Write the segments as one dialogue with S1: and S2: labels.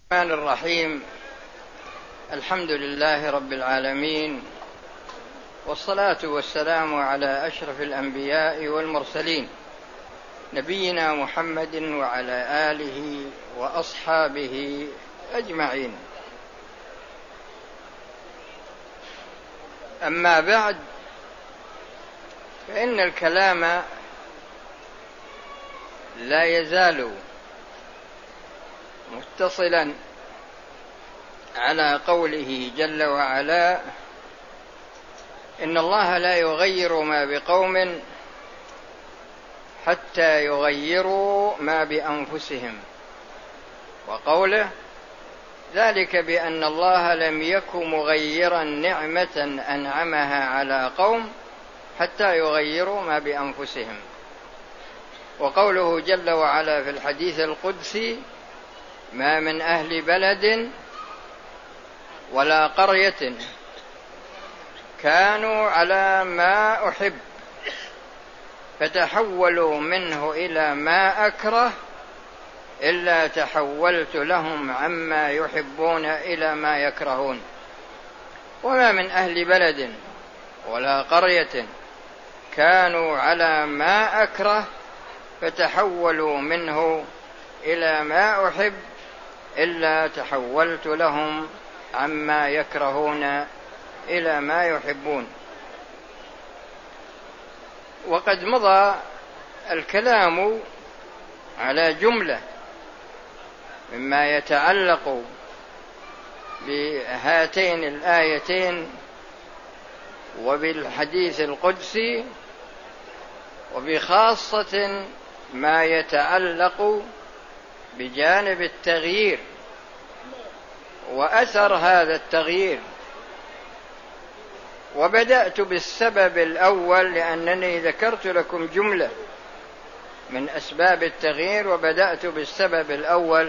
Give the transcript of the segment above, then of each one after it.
S1: الرحمن الرحيم. الحمد لله رب العالمين، والصلاة والسلام على أشرف الأنبياء والمرسلين، نبينا محمد وعلى آله وأصحابه أجمعين. أما بعد، فإن الكلام لا يزال متصلا على قوله جل وعلا: إن الله لا يغير ما بقوم حتى يغيروا ما بأنفسهم، وقوله: ذلك بأن الله لم يك مغيرا نعمة أنعمها على قوم حتى يغيروا ما بأنفسهم. وقوله جل وعلا في الحديث القدسي: ما من أهل بلد ولا قرية كانوا على ما أحب فتحولوا منه إلى ما أكره إلا تحولت لهم عما يحبون إلى ما يكرهون. وما من أهل بلد ولا قرية كانوا على ما أكره فتحولوا منه إلى ما أحب إلا تحولت لهم عما يكرهون إلى ما يحبون. وقد مضى الكلام على جملة مما يتعلق بهاتين الآيتين وبالحديث القدسي، وبخاصة ما يتعلق بجانب التغيير وأثر هذا التغيير. وبدأت بالسبب الأول لأنني ذكرت لكم جملة من أسباب التغيير، وبدأت بالسبب الأول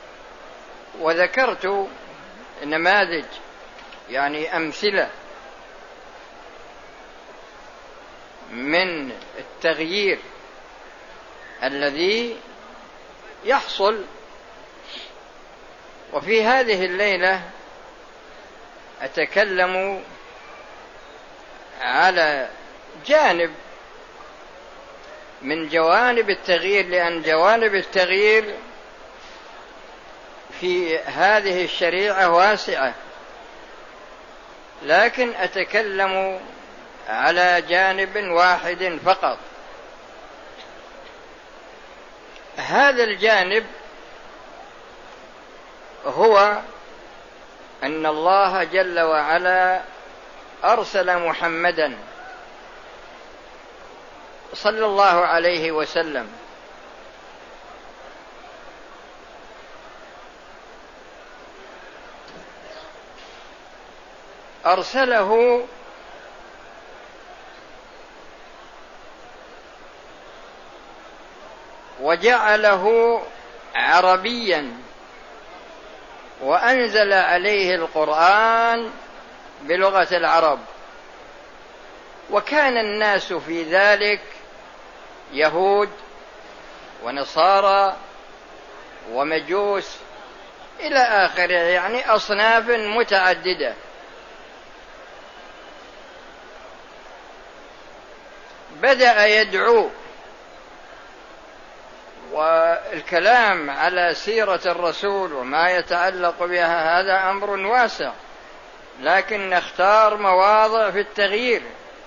S1: وذكرت نماذج، يعني أمثلة من التغيير الذي يحصل. وفي هذه الليلة أتكلم على جانب من جوانب التغيير، لأن جوانب التغيير في هذه الشريعة واسعة، لكن أتكلم على جانب واحد فقط. هذا الجانب هو أن الله جل وعلا أرسل محمدا صلى الله عليه وسلم أرسله وجعله عربيا، وأنزل عليه القرآن بلغة العرب. وكان الناس في ذلك يهود ونصارى ومجوس إلى آخره، يعني أصناف متعددة. بدأ يدعو، والكلام على سيرة الرسول وما يتعلق بها هذا أمر واسع، لكن نختار مواضع في التغيير.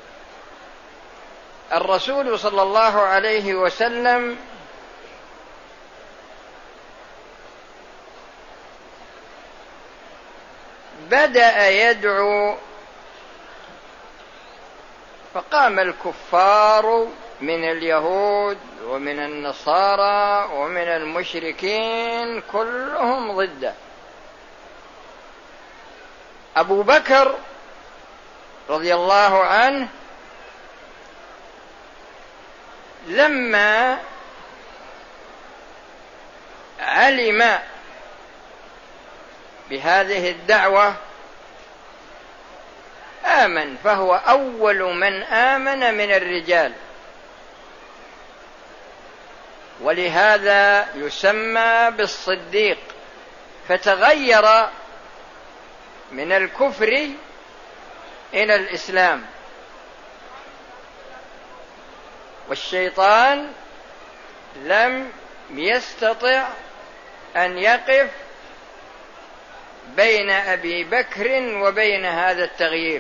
S1: الرسول صلى الله عليه وسلم بدأ يدعو، فقام الكفار من اليهود ومن النصارى ومن المشركين كلهم ضده. أبو بكر رضي الله عنه لما علم بهذه الدعوة آمن، فهو أول من آمن من الرجال، ولهذا يسمى بالصديق فتغير من الكفر إلى الإسلام. والشيطان لم يستطع أن يقف بين أبي بكر وبين هذا التغيير،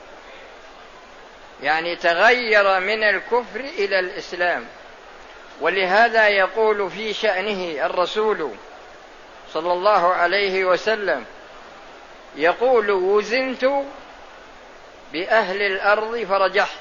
S1: يعني تغير من الكفر إلى الإسلام. ولهذا يقول في شأنه الرسول صلى الله عليه وسلم، يقول: وزنت بأهل الأرض فرجحت.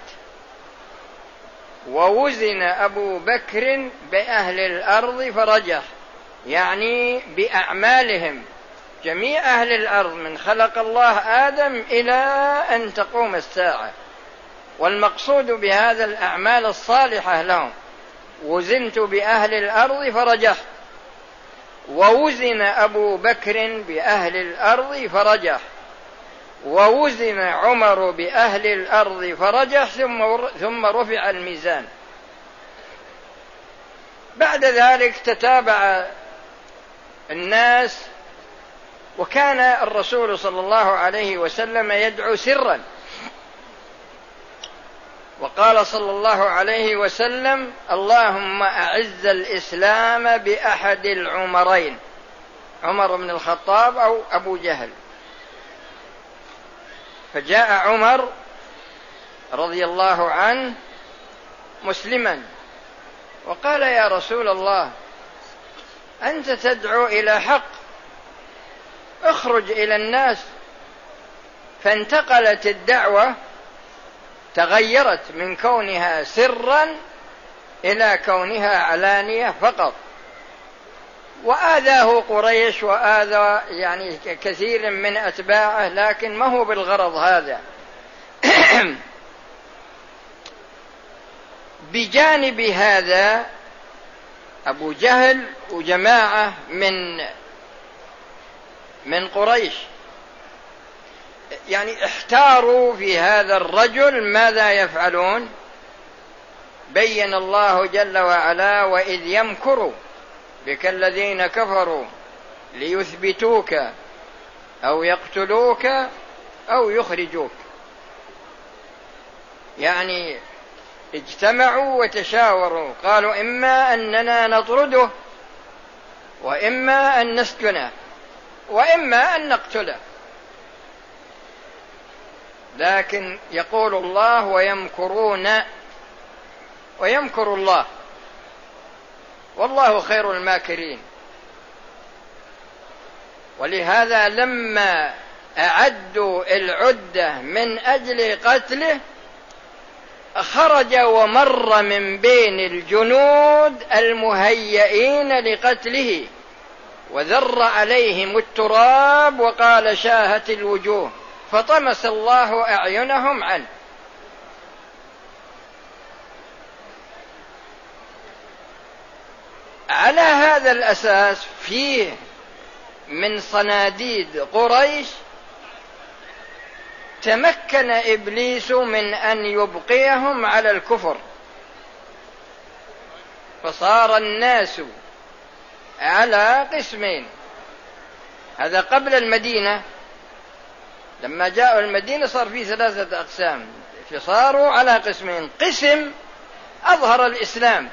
S1: ووزن أبو بكر بأهل الأرض فرجح، يعني بأعمالهم. جميع أهل الأرض من خلق الله آدم إلى أن تقوم الساعة، والمقصود بهذا الأعمال الصالحة لهم. وزنت بأهل الأرض فرجحت، ووزن أبو بكر بأهل الأرض فرجح، ووزن عمر بأهل الأرض فرجح، ثم رفع الميزان. بعد ذلك تتابع الناس، وكان الرسول صلى الله عليه وسلم يدعو سرا، وقال صلى الله عليه وسلم: اللهم أعز الإسلام بأحد العمرين، عمر بن الخطاب أو أبو جهل. فجاء عمر رضي الله عنه مسلما وقال: يا رسول الله، أنت تدعو إلى حق، اخرج إلى الناس. فانتقلت الدعوة، تغيرت من كونها سرا إلى كونها علانية فقط. وآذاه قريش وآذى يعني كثير من أتباعه، لكن ما هو بالغرض هذا. بجانب هذا أبو جهل وجماعة من قريش يعني احتاروا في هذا الرجل ماذا يفعلون. بين الله جل وعلا: وإذ يمكر بك الذين كفروا ليثبتوك أو يقتلوك أو يخرجوك. يعني اجتمعوا وتشاوروا، قالوا: إما أننا نطرده، وإما أن نسجنه، وإما أن نقتله. لكن يقول الله: ويمكرون ويمكر الله والله خير الماكرين. ولهذا لما أعدوا العدة من أجل قتله، خرج ومر من بين الجنود المهيئين لقتله، وذر عليهم التراب وقال: شاهت الوجوه، فطمس الله أعينهم عنه. على هذا الأساس فيه من صناديد قريش تمكن إبليس من أن يبقيهم على الكفر، فصار الناس على قسمين. هذا قبل المدينة، لما جاءوا المدينة صار فيه 3 أقسام، فصاروا على قسمين: قسم أظهر الإسلام،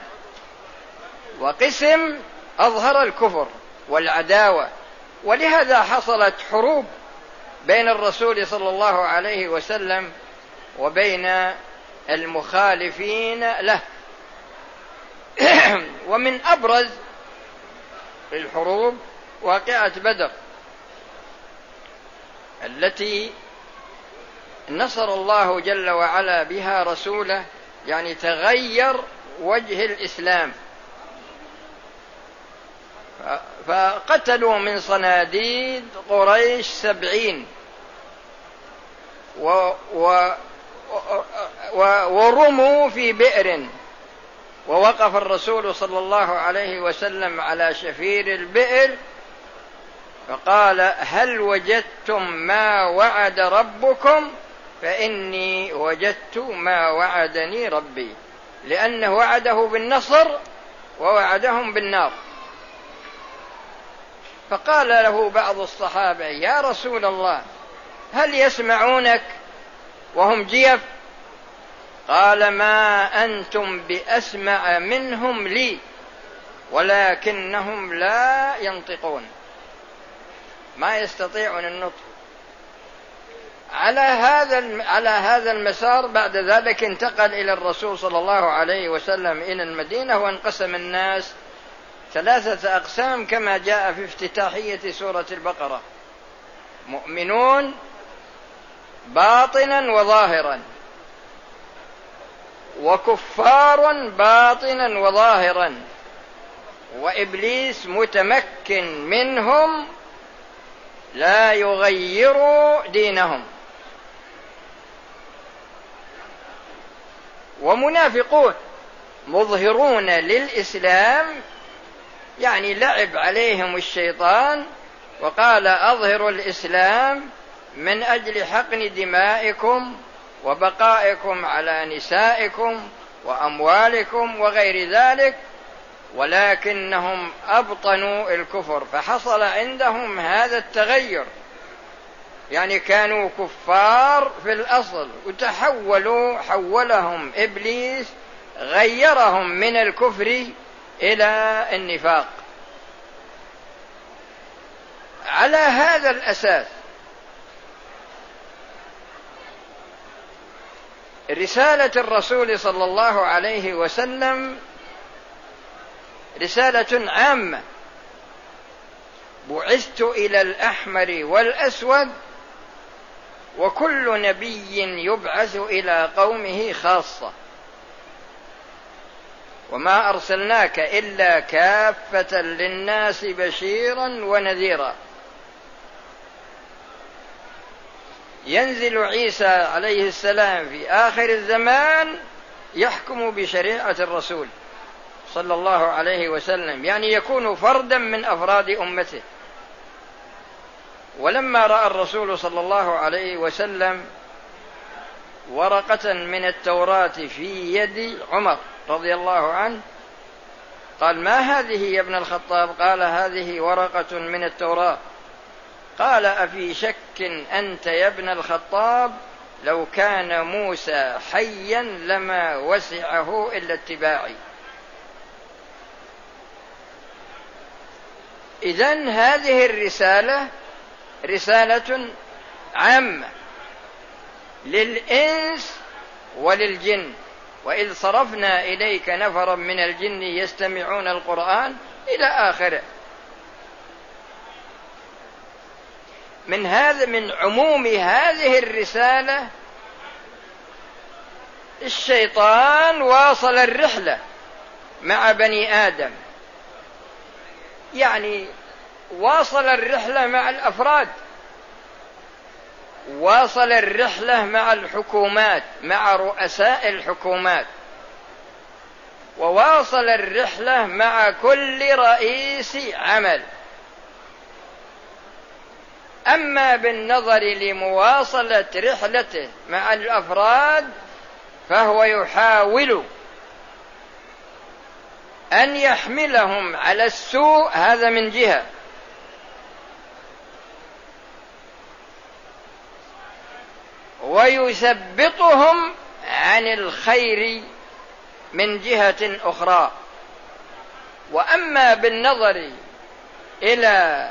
S1: وقسم أظهر الكفر والعداوة. ولهذا حصلت حروب بين الرسول صلى الله عليه وسلم وبين المخالفين له. ومن أبرز الحروب واقعة بدر، التي نصر الله جل وعلا بها رسوله، يعني تغير وجه الإسلام. فقتلوا من صناديد قريش 70، ورموا في بئر، ووقف الرسول صلى الله عليه وسلم على شفير البئر فقال: هل وجدتم ما وعد ربكم؟ فإني وجدت ما وعدني ربي، لأنه وعده بالنصر ووعدهم بالنار. فقال له بعض الصحابة: يا رسول الله، هل يسمعونك وهم جيف؟ قال: ما أنتم بأسمع منهم لي، ولكنهم لا ينطقون، ما يستطيعون النطق. على هذا المسار بعد ذلك انتقل إلى الرسول صلى الله عليه وسلم إلى المدينة، وانقسم الناس 3 أقسام كما جاء في افتتاحية سورة البقرة: مؤمنون باطنا وظاهرا، وكفار باطنا وظاهرا، وإبليس متمكن منهم لا يغير دينهم، ومنافقون مظهرون للإسلام، يعني لعب عليهم الشيطان وقال: أظهروا الإسلام من أجل حقن دمائكم وبقائكم على نسائكم وأموالكم وغير ذلك، ولكنهم أبطنوا الكفر، فحصل عندهم هذا التغير، يعني كانوا كفار في الأصل حولهم إبليس، غيرهم من الكفر إلى النفاق. على هذا الأساس رسالة الرسول صلى الله عليه وسلم رسالة عامة: بعثت إلى الأحمر والأسود، وكل نبي يبعث إلى قومه خاصة، وما أرسلناك إلا كافة للناس بشيرا ونذيرا. ينزل عيسى عليه السلام في آخر الزمان يحكم بشريعة الرسول صلى الله عليه وسلم، يعني يكون فردا من أفراد أمته. ولما رأى الرسول صلى الله عليه وسلم ورقة من التوراة في يد عمر رضي الله عنه قال: ما هذه يا ابن الخطاب؟ قال: هذه ورقة من التوراة. قال: أفي شك أنت يا ابن الخطاب؟ لو كان موسى حيا لما وسعه إلا اتباعي. إذن هذه الرسالة رسالة عامة للإنس وللجن. وإذ صرفنا إليك نفرا من الجن يستمعون القرآن إلى آخره. من عموم هذه الرسالة الشيطان واصل الرحلة مع بني آدم، يعني واصل الرحلة مع الأفراد، واصل الرحلة مع الحكومات، مع رؤساء الحكومات، وواصل الرحلة مع كل رئيس عمل. أما بالنظر لمواصلة رحلته مع الأفراد فهو يحاول أن يحملهم على السوء، هذا من جهة، ويثبطهم عن الخير من جهة أخرى. وأما بالنظر إلى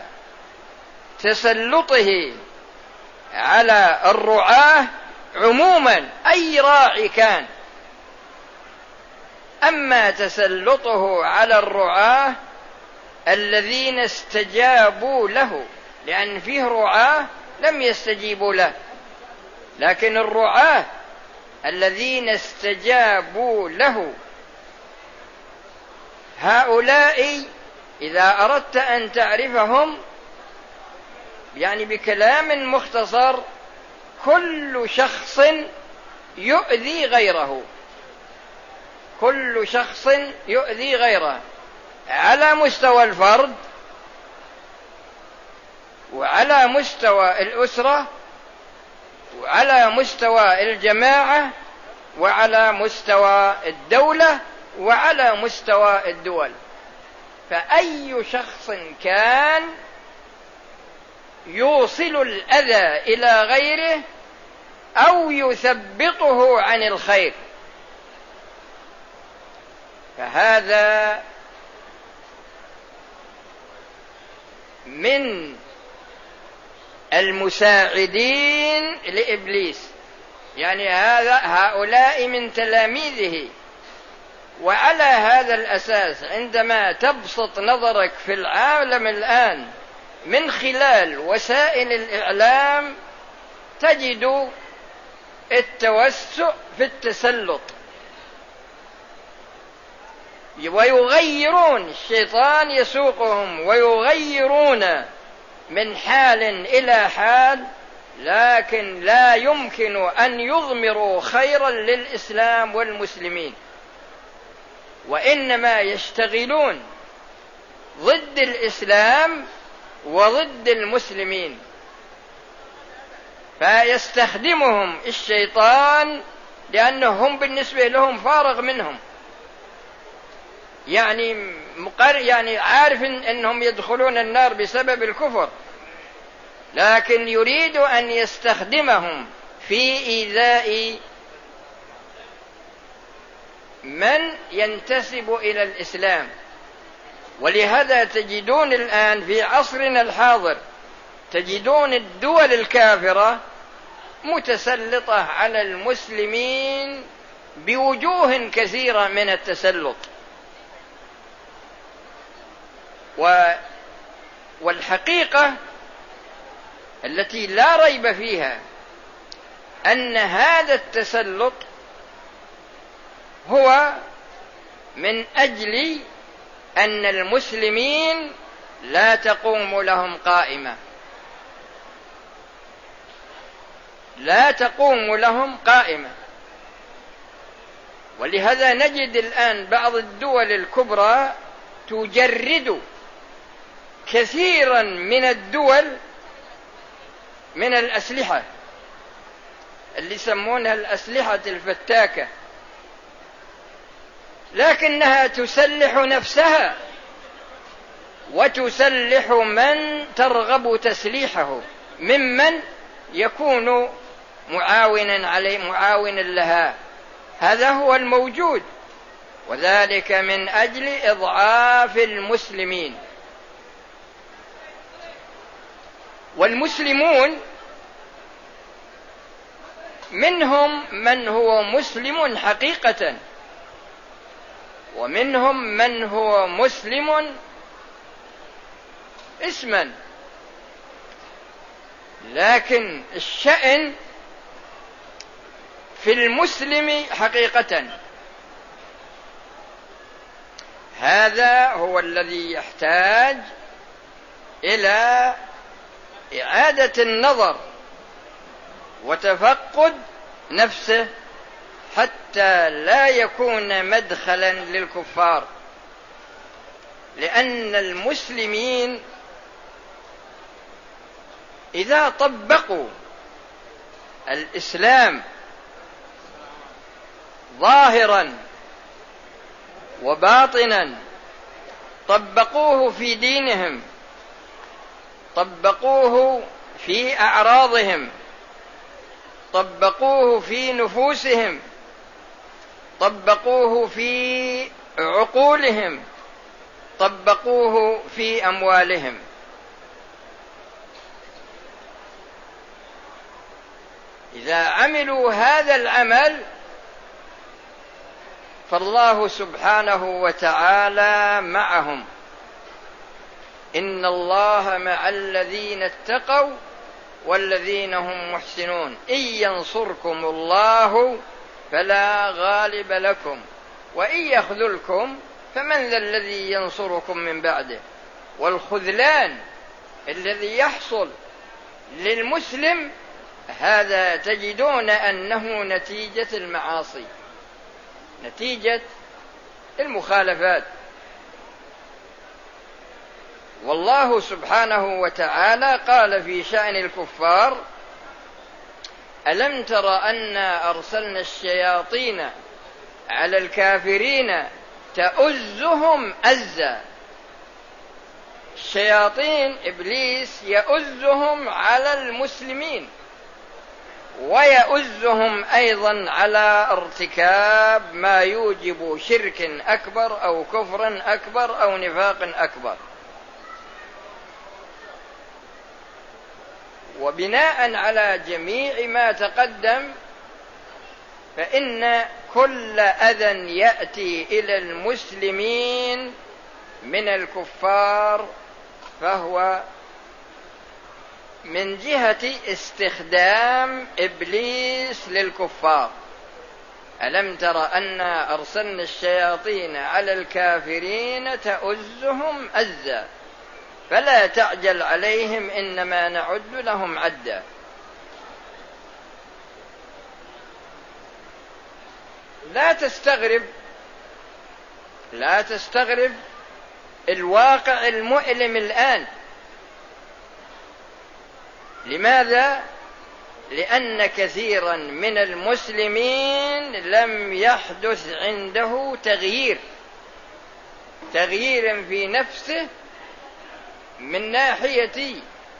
S1: تسلطه على الرعاة عموما، أي راعي كان، أما تسلطه على الرعاة الذين استجابوا له، لأن فيه رعاة لم يستجيبوا له، لكن الرعاة الذين استجابوا له هؤلاء إذا أردت أن تعرفهم يعني بكلام مختصر: كل شخص يؤذي غيره، كل شخص يؤذي غيره على مستوى الفرد، وعلى مستوى الأسرة، وعلى مستوى الجماعة، وعلى مستوى الدولة، وعلى مستوى الدول. فأي شخص كان يوصل الأذى إلى غيره أو يثبطه عن الخير، فهذا من المساعدين لإبليس، يعني هؤلاء من تلاميذه. وعلى هذا الأساس عندما تبسط نظرك في العالم الآن من خلال وسائل الإعلام تجد التوسع في التسلط، ويغيرون، الشيطان يسوقهم ويغيرون من حال إلى حال، لكن لا يمكن أن يضمروا خيرا للإسلام والمسلمين، وإنما يشتغلون ضد الإسلام وضد المسلمين، فيستخدمهم الشيطان لأنهم بالنسبة لهم فارغ منهم، يعني عارف أنهم يدخلون النار بسبب الكفر، لكن يريد أن يستخدمهم في إيذاء من ينتسب إلى الإسلام. ولهذا تجدون الآن في عصرنا الحاضر تجدون الدول الكافرة متسلطة على المسلمين بوجوه كثيرة من التسلط. والحقيقة التي لا ريب فيها أن هذا التسلط هو من أجل أن المسلمين لا تقوم لهم قائمة، لا تقوم لهم قائمة. ولهذا نجد الآن بعض الدول الكبرى تجرد كثيرا من الدول من الأسلحة اللي يسمونها الأسلحة الفتاكة، لكنها تسلح نفسها وتسلح من ترغب تسليحه ممن يكون معاونا لها. هذا هو الموجود، وذلك من أجل إضعاف المسلمين. والمسلمون منهم من هو مسلم حقيقة، ومنهم من هو مسلم اسما، لكن الشأن في المسلم حقيقة. هذا هو الذي يحتاج إلى إعادة النظر وتفقد نفسه حتى لا يكون مدخلا للكفار، لأن المسلمين إذا طبقوا الإسلام ظاهرا وباطنا، طبقوه في دينهم، طبقوه في أعراضهم، طبقوه في نفوسهم، طبقوه في عقولهم، طبقوه في أموالهم. إذا عملوا هذا العمل فالله سبحانه وتعالى معهم. إن الله مع الذين اتقوا والذين هم محسنون، إن ينصركم الله فلا غالب لكم وإن يخذلكم فمن ذا الذي ينصركم من بعده. والخذلان الذي يحصل للمسلم هذا تجدون أنه نتيجة المعاصي، نتيجة المخالفات. والله سبحانه وتعالى قال في شأن الكفار: ألم تر أنا أرسلنا الشياطين على الكافرين تؤزهم أزا. الشياطين إبليس يؤزهم على المسلمين، ويؤزهم أيضا على ارتكاب ما يوجب شرك أكبر أو كفر أكبر أو نفاق أكبر. وبناء على جميع ما تقدم، فإن كل أذى يأتي إلى المسلمين من الكفار فهو من جهة استخدام إبليس للكفار. ألم تر أنا أرسلنا الشياطين على الكافرين تؤزهم أزا فلا تعجل عليهم إنما نعد لهم عدا. لا تستغرب الواقع المؤلم الآن. لماذا؟ لأن كثيرا من المسلمين لم يحدث عنده تغيير في نفسه من ناحية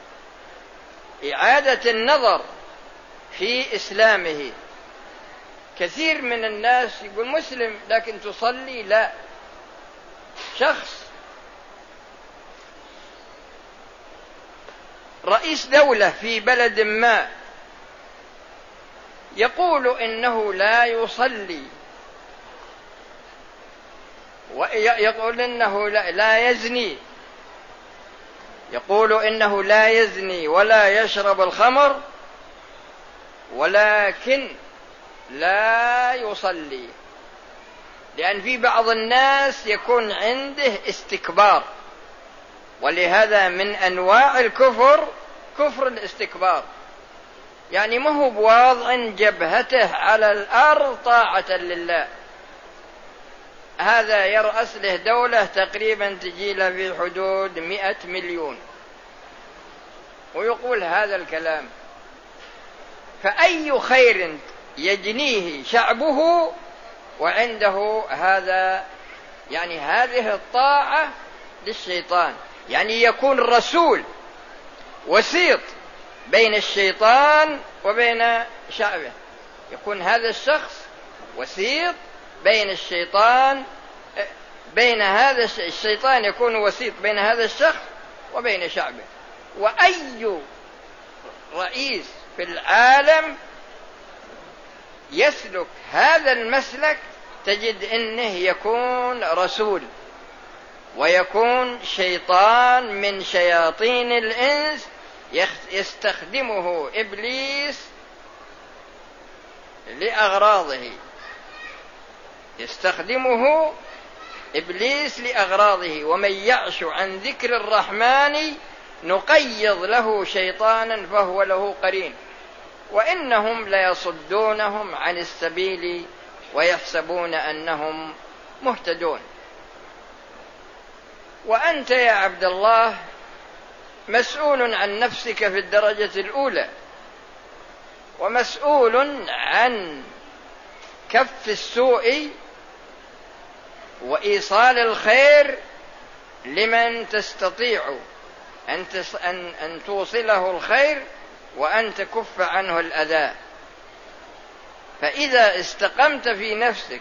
S1: إعادة النظر في إسلامه. كثير من الناس يقول مسلم لكن تصلي؟ لا. شخص رئيس دولة في بلد ما يقول إنه لا يصلي، ويقول إنه لا يزني، يقول إنه لا يزني ولا يشرب الخمر، ولكن لا يصلي، لأن في بعض الناس يكون عنده استكبار. ولهذا من أنواع الكفر كفر الاستكبار، يعني ما هو بواضع جبهته على الأرض طاعة لله. هذا يرأس له دولة تقريبا تجي له في حدود 100 مليون ويقول هذا الكلام، فأي خير يجنيه شعبه وعنده هذا، يعني هذه الطاعة للشيطان، يعني يكون رسول وسيط بين الشيطان وبين شعبه. يكون هذا الشخص وسيط بين الشيطان، بين هذا الشيطان يكون وسيط بين هذا الشخص وبين شعبه. وأي رئيس في العالم يسلك هذا المسلك تجد إنه يكون رسول ويكون شيطان من شياطين الإنس يستخدمه إبليس لأغراضه. ومن يعش عن ذكر الرحمن نقيض له شيطانا فهو له قرين وإنهم ليصدونهم عن السبيل ويحسبون أنهم مهتدون. وأنت يا عبد الله مسؤول عن نفسك في الدرجة الأولى، ومسؤول عن كف السوء وإيصال الخير لمن تستطيع أن توصله الخير وأن تكف عنه الأذى. فإذا استقمت في نفسك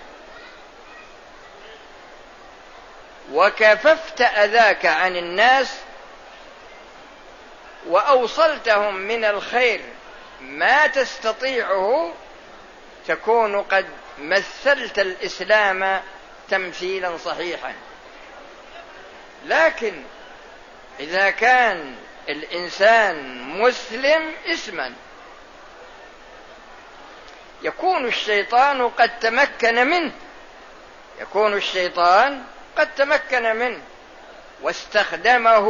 S1: وكففت أذاك عن الناس وأوصلتهم من الخير ما تستطيعه، تكون قد مثلت الإسلام تمثيلا صحيحا. لكن إذا كان الإنسان مسلم اسما، يكون الشيطان قد تمكن منه واستخدمه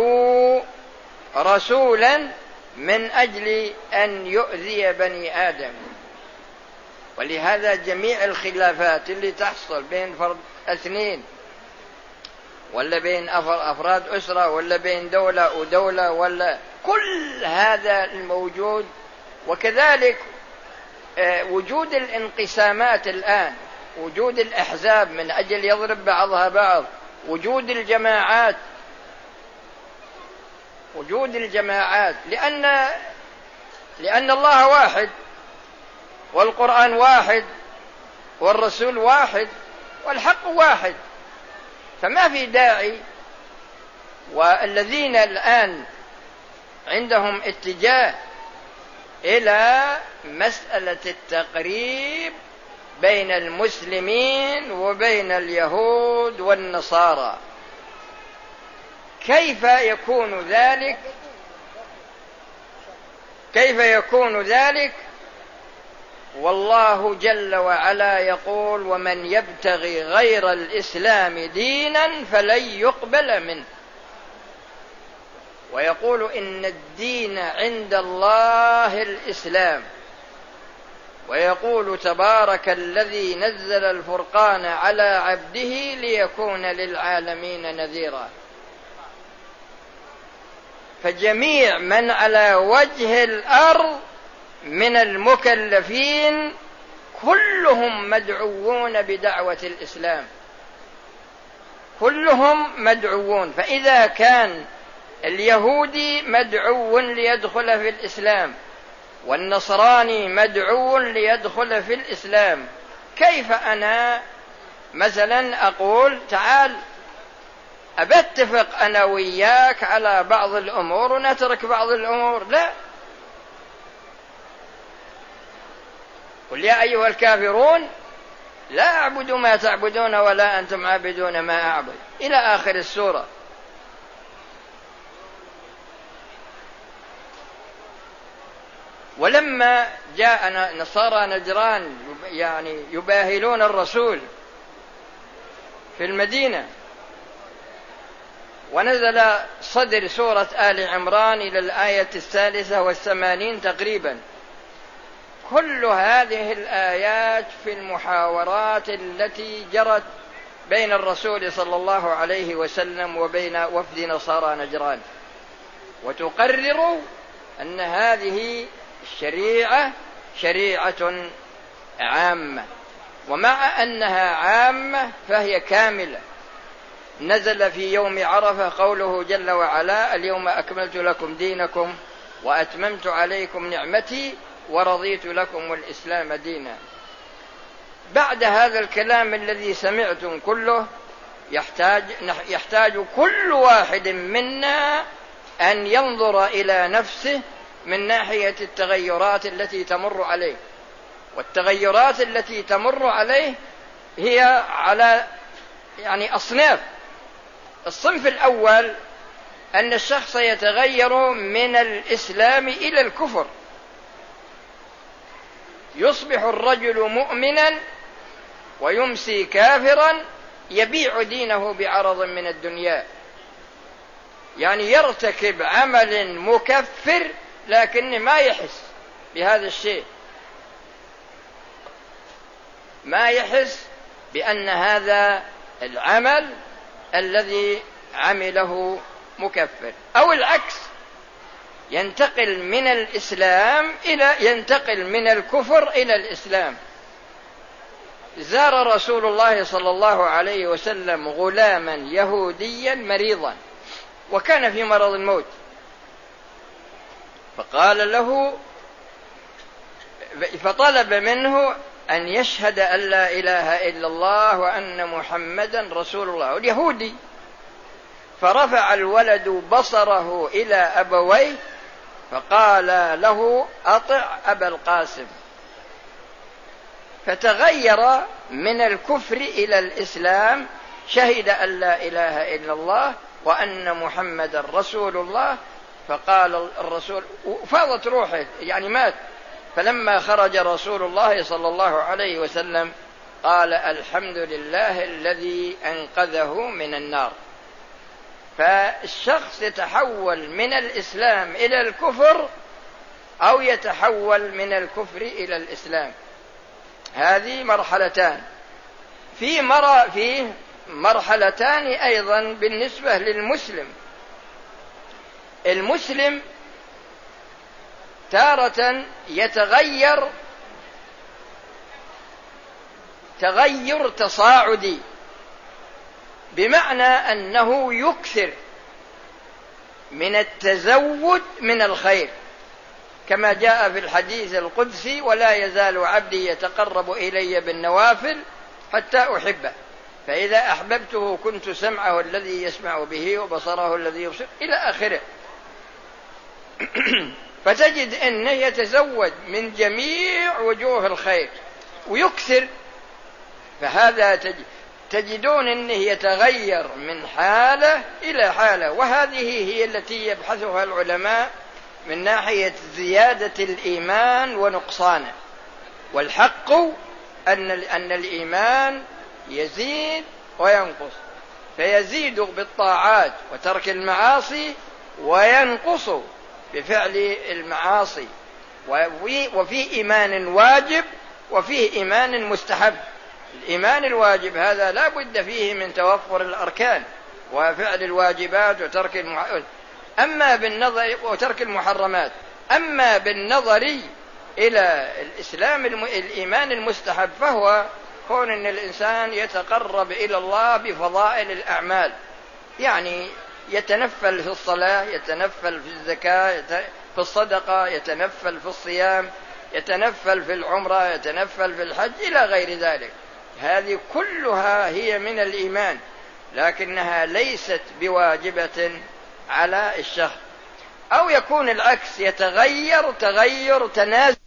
S1: رسولا من أجل أن يؤذي بني آدم. ولهذا جميع الخلافات اللي تحصل بين فرد اثنين ولا بين أفراد أسرة ولا بين دولة ودولة ولا كل هذا الموجود، وكذلك وجود الانقسامات الآن، وجود الأحزاب من أجل يضرب بعضها بعض، وجود الجماعات، وجود الجماعات، لأن الله واحد، والقرآن واحد، والرسول واحد، والحق واحد، فما في داعي. والذين الآن عندهم اتجاه إلى مسألة التقريب بين المسلمين وبين اليهود والنصارى، كيف يكون ذلك؟ والله جل وعلا يقول: ومن يبتغي غير الإسلام دينا فلن يقبل منه، ويقول: إن الدين عند الله الإسلام، ويقول: تبارك الذي نزل الفرقان على عبده ليكون للعالمين نذيرا. فجميع من على وجه الأرض من المكلفين كلهم مدعوون بدعوة الإسلام، كلهم مدعوون. فإذا كان اليهودي مدعو ليدخل في الإسلام، والنصراني مدعو ليدخل في الإسلام، كيف أنا مثلا أقول تعال أبتفق أنا وياك على بعض الأمور ونترك بعض الأمور؟ لا. قل يا أيها الكافرون لا أعبد ما تعبدون ولا أنتم عابدون ما أعبد، إلى آخر السورة. ولما جاء نصارى نجران يعني يباهلون الرسول في المدينة، ونزل صدر سورة آل عمران إلى الآية 83 تقريبا، كل هذه الآيات في المحاورات التي جرت بين الرسول صلى الله عليه وسلم وبين وفد نصارى نجران، وتقرر أن هذه الشريعة شريعة عامة، ومع أنها عامة فهي كاملة. نزل في يوم عرفة قوله جل وعلا: اليوم أكملت لكم دينكم وأتممت عليكم نعمتي ورضيت لكم الإسلام دينا. بعد هذا الكلام الذي سمعتم كله يحتاج كل واحد منا أن ينظر إلى نفسه من ناحية التغيرات التي تمر عليه، والتغيرات التي تمر عليه هي على أصناف. الصنف الأول أن الشخص يتغير من الإسلام إلى الكفر، يصبح الرجل مؤمنا ويمسي كافرا، يبيع دينه بعرض من الدنيا، يعني يرتكب عمل مكفر لكن ما يحس بهذا الشيء، ما يحس بأن هذا العمل الذي عمله مكفر. أو العكس، ينتقل من الكفر إلى الإسلام. زار رسول الله صلى الله عليه وسلم غلاما يهوديا مريضا، وكان في مرض الموت، فطلب منه أن يشهد أن لا إله إلا الله وأن محمدا رسول الله، اليهودي. فرفع الولد بصره إلى أبويه فقال له: أطع أبا القاسم. فتغير من الكفر إلى الإسلام، شهد أن لا إله إلا الله وأن محمدا رسول الله. فقال الرسول، فاضت روحه، يعني مات. فلما خرج رسول الله صلى الله عليه وسلم قال: الحمد لله الذي أنقذه من النار. فالشخص يتحول من الإسلام إلى الكفر أو يتحول من الكفر إلى الإسلام، هذه مرحلتان. في مرحلتان أيضا بالنسبة للمسلم. المسلم تارة يتغير تغير تصاعدي، بمعنى أنه من التزود من الخير، كما جاء في الحديث القدسي: ولا يزال عبدي يتقرب إلي بالنوافل حتى أحبه، فإذا أحببته كنت سمعه الذي يسمع به وبصره الذي يبصر، إلى آخره. فتجد أنه يتزود من جميع وجوه الخير ويكثر. فهذا تجدون أنه يتغير من حالة إلى حالة، وهذه هي التي يبحثها العلماء من ناحية زيادة الإيمان ونقصانه. والحق أن الإيمان يزيد وينقص، فيزيد بالطاعات وترك المعاصي، وينقص بفعل المعاصي. وفي إيمان واجب وفيه إيمان مستحب. الإيمان الواجب هذا لا بد فيه من توفر الأركان وفعل الواجبات وترك المحرمات. أما بالنظر إلى الإيمان المستحب فهو كون أن الإنسان يتقرب إلى الله بفضائل الأعمال، يعني يتنفل في الصلاة، يتنفل في الزكاة، في الصدقة، يتنفل في الصيام، يتنفل في العمرة، يتنفل في الحج، إلى غير ذلك. هذه كلها هي من الإيمان، لكنها ليست بواجبة على الشخص. أو يكون العكس، يتغير تغير تنازل